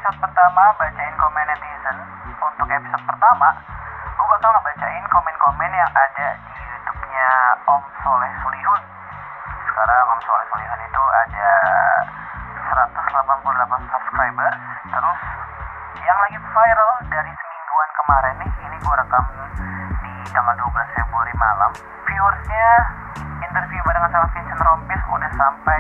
episode pertama bacain komen netizen. Untuk episode pertama, gue bakal ngebacain komen-komen yang ada di YouTube-nya Om Soleh Solihun. Sekarang Om Soleh Solihun itu ada 188 subscriber. Terus yang lagi viral dari semingguan kemarin nih, ini gue rekam di tanggal 12 Februari malam. Viewersnya interview barengan sama Vincent Rompis udah sampai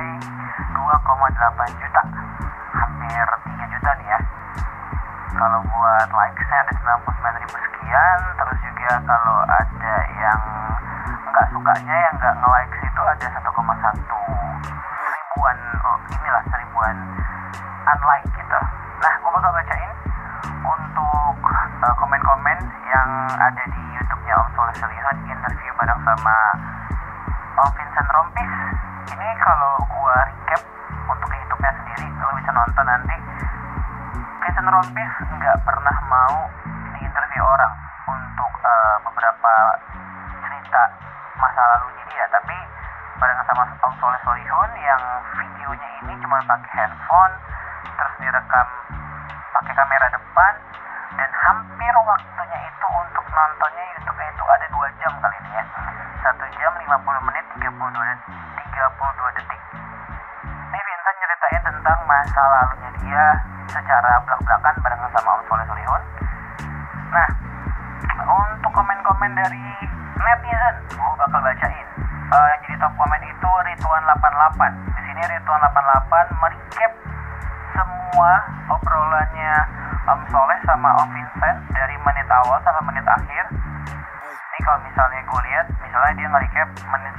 2,8 juta, hampir 3 juta nih ya. Kalau buat likes-nya ada 99.000 sekian. Terus juga kalau ada yang nggak sukanya, yang nggak nge-likes itu ada 1,1 ribuan, seribuan unlike gitu. Nah, gue bakal bacain untuk komen-komen yang ada di YouTube-nya Om Soleh Solihun interview bareng sama Om Vincent Rompis. Ini kalau gue recap untuk di YouTube-nya sendiri, lo bisa nonton nanti. Vincent Rompis nggak pernah mau diinterview orang untuk beberapa cerita masa lalunya dia, tapi barengan sama Om Soleh Solihun yang videonya ini cuma pakai handphone, terus direkam pakai kamera depan, dan hampir waktunya itu untuk nontonnya YouTube-nya itu ada 2 jam kali ini ya. 1 jam 50 menit 32 detik. Ini Vincent nyeritain tentang masa lalunya dia secara belak-belakan barengan sama Om Soleh Solihun. Nah, untuk komen-komen dari netizen, gue bakal bacain. Jadi top komen itu Rituan 88. Di sini Rituan 88 merecap semua obrolannya Om Soleh sama Om Vincent dari menit awal sampai menit akhir. Ini kalau misalnya gue lihat, misalnya dia nge-recap menit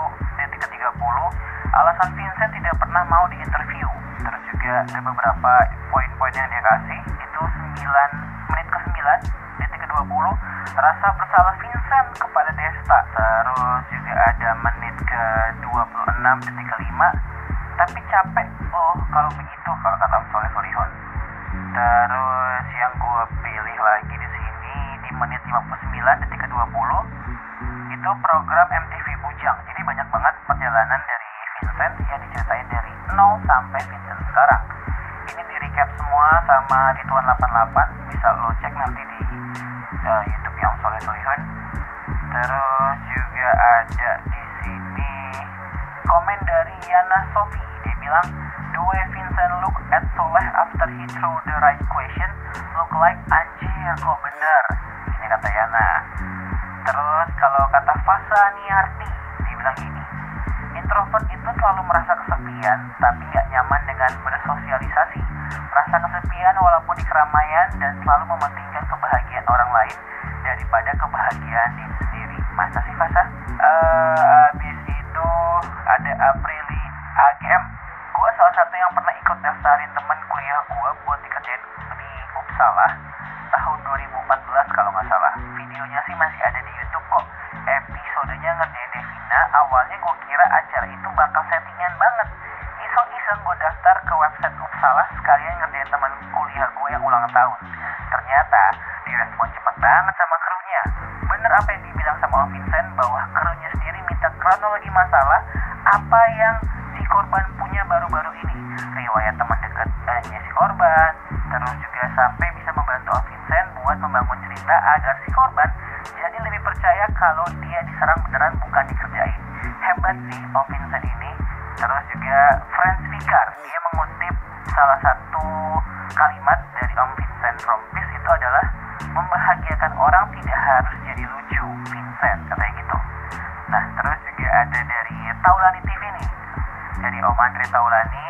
1:30, alasan Vincent tidak pernah mau diinterview. Terus juga ada beberapa poin-poin yang dia kasih, itu menit ke-9, detik ke-20, rasa bersalah Vincent kepada Desta. Terus juga ada menit ke-26, detik ke-5, tapi capek kalau begitu, kalau kata Om Soleh Solihun. Terus yang gue pilih lagi di sini di menit 59, detik ke-20, itu program MTV Bujang. Jadi banyak banget perjalanan dari Vincent yang diceritain dari 0 sampai Vincent sekarang. Ini di recap semua sama Rituan 88, bisa lo cek nanti di YouTube-nya Om Soleh Solihun. Terus juga ada di sini komen dari Yana Sofi. Dia bilang, the way Vincent look at Soleh after he throw the right question look like anjir kok bener. Ini kata Yana. Terus kalau kata Fasa Niarti, dia bilang gini, introvert itu selalu merasa kesepian tapi gak nyaman dengan bersosialisasi. Merasa kesepian walaupun di keramaian dan selalu mementingkan kebahagiaan orang lain daripada kebahagiaan diri sendiri. Masa sih Fasa? Habis itu ada Aprili AGM. Gue salah satu yang pernah ikut daftarin temen kuliah gue buat dikerjain di Uppsala tahun 2014 kalau nggak salah. Videonya sih masih ada di YouTube kok. Episodenya ngerjain Devina. Awalnya gue kira acara itu bakal settingan banget. Iseng-iseng gue daftar ke website Uppsala sekalian ngerjain teman kuliah gue yang ulang tahun. Ternyata direspon cepet banget sama krunya. Bener apa yang dibilang sama Om Vincent bahwa krunya sendiri minta kronologi masalah apa yang si korban punya baru-baru ini, riwayat teman dekatnya si korban, terus juga sampai bisa membantu Om Vincent buat membangun cerita agar si korban jadi lebih percaya kalau dia diserang beneran bukan dikerjain. Hebat sih Om Vincent ini. Terus juga Franz Fikar, dia mengutip salah satu kalimat dari Om Vincent Rompis, itu adalah membahagiakan orang tidak harus jadi lucu, Vincent, katanya gitu. Nah, terus juga ada dari Taulani TV nih, dari Om Andre Taulani.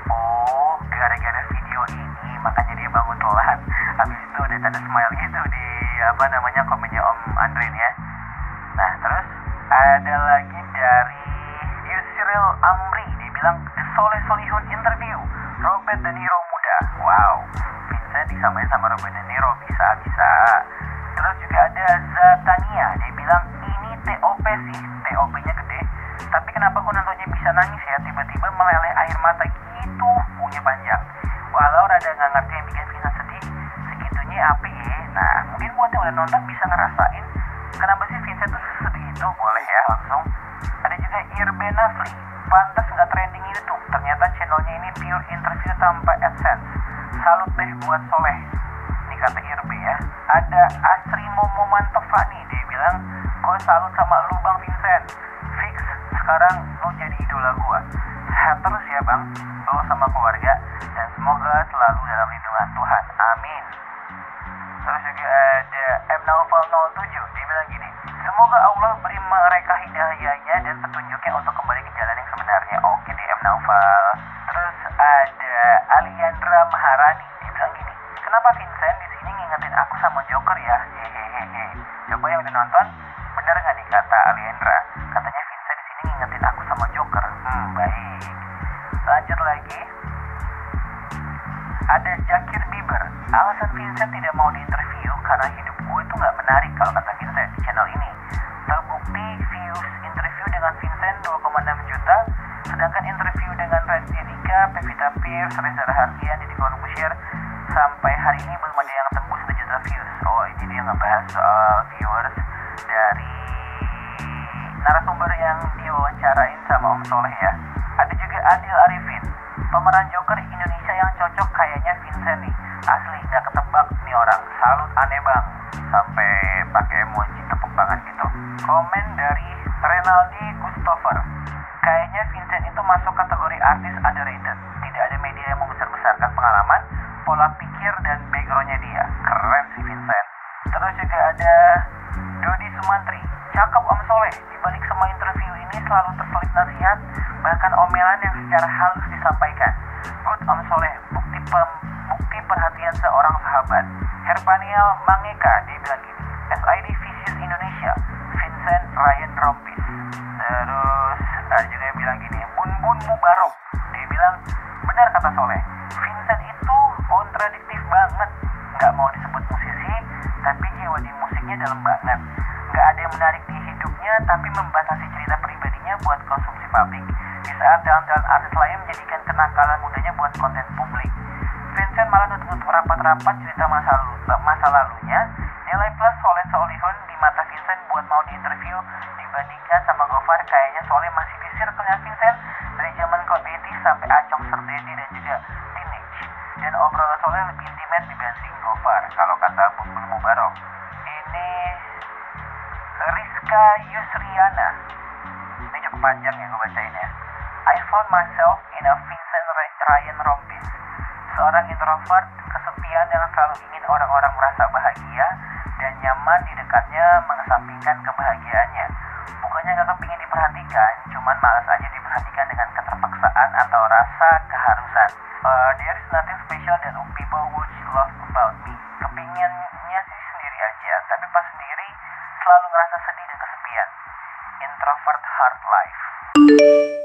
Gara-gara video ini makanya dia bangun telat. Habis itu ada tanda smile gitu di komennya Om Andre nih ya. Nah, terus ada lagi dari Yusril Amri, dia bilang The Soleh Solihun interview Robert De Niro muda. Wow, Vincent disamain sama Robert De Niro, bisa. Terus juga ada Zatania, dia bilang ini TOP sih, TOP-nya gede, tapi kenapa gue nontonnya bisa nangis ya, tiba-tiba meleleh air mata gitu, punya panjang. Walau rada gak ngerti yang bikin Vincent sedih, segitunya apa ya. Nah, mungkin buat yang udah nonton bisa ngerasain kenapa sih Vincent tuh sedih itu, boleh ya langsung. Ada juga Irbena Fli, pantas gak trending YouTube, ternyata channelnya ini pure interview tanpa AdSense. salut deh buat Soleh. Ini kata IRB ya. Ada Asri Momo Mantovani, dia bilang, gue salut sama lu Bang Vincent. Fix, sekarang lu jadi idola gue. Sehat terus ya Bang, lu sama keluarga, dan semoga selalu dalam lindungan Tuhan. Amin. Terus juga ada M. Naufal 07, dia bilang gini, semoga Allah beri mereka hidayahnya dan petunjuknya untuk kembali ke jalan yang sebenarnya. Oke deh M. Naufal. Terus ada Aliandra Maharani, dia bilang gini, kenapa Vincent di sini ngingetin aku sama Joker ya? Hehehe. Coba yang udah nonton, bener nggak nih kata Aliandra? Katanya Vincent di sini ngingetin aku sama Joker. Baik. Lanjut lagi. Ada Jakir Bieber, alasan Vincent tidak mau diinterview karena hidup gue itu nggak menarik kalau kata Vincent di channel ini. Terbukti views interview dengan Vincent 2,6 juta, sedangkan interview dengan Resti Dika, Pevita Pierce, Reza Rahardian, Deddy Corbuzier sampai hari ini belum ada yang tembus 1 juta views. Oh, ini dia ngebahas soal viewers dari narasumber yang diwawancarain sama Om Soleh ya. Ada juga Adil Arifin, pemeran Joker Indonesia yang cocok kayaknya Vincent nih. Asli gak ketebak nih orang. Salut aneh bang. Sampai pakai emoji tepuk tangan gitu. Komen dari Renaldi Christopher, kayaknya Vincent itu masuk kategori artis underrated. Tidak ada media yang membesar-besarkan pengalaman, pola pikir dan backgroundnya dia. Keren sih Vincent. Terus juga ada Dodi Sumantri, cakep Om Soleh. Dibalik semua interview ini selalu terselip nasihat, bahkan omelan yang secara halus disampaikan. Good Om Soleh, bukti perhatian seorang sahabat. Herpaniel Mangeka, dia bilang gini, SID Visis Indonesia, Vincent Ryan Rompis. Terus ada juga yang bilang gini, Bun Mubarok, dia bilang, benar kata Soleh, Vincent itu kontradiktif banget. Gak mau disebut musisi, tapi jiwa di musiknya dalam banget. Gak ada yang menarik di hidupnya, tapi membatasi cerita pribadinya buat konsumsi publik. Di saat jalan-jalan artis lain menjadikan kenakalan mudanya buat konten publik. Vincent malah nutup rapat-rapat cerita masa lalunya. Nilai plus Soleh Solihun di mata Vincent buat mau diinterview dibandingkan sama Gofar, kayaknya Soleh masih di circle-nya Vincent dari zaman Kobeti sampai Acong Serdedi dan juga Teenage. Dan obrolan Soleh lebih intimate dibanding Gofar, kalau kata Bun Mubarok. Ini Rizka Yusriana, ini cukup panjang ya gue bacain ya. I found myself in a Vincent Ryan Rompis, seorang introvert, kesepian yang selalu ingin orang-orang merasa bahagia dan nyaman di dekatnya, mengesampingkan kebahagiaannya. Bukannya gak kepingin diperhatikan, cuman malas aja diperhatikan dengan keterpaksaan atau rasa keharusan. There's nothing special that people would love about me. Kepinginnya sih sendiri aja, tapi pas sendiri selalu ngerasa sedih dan kesepian. Introvert hard life.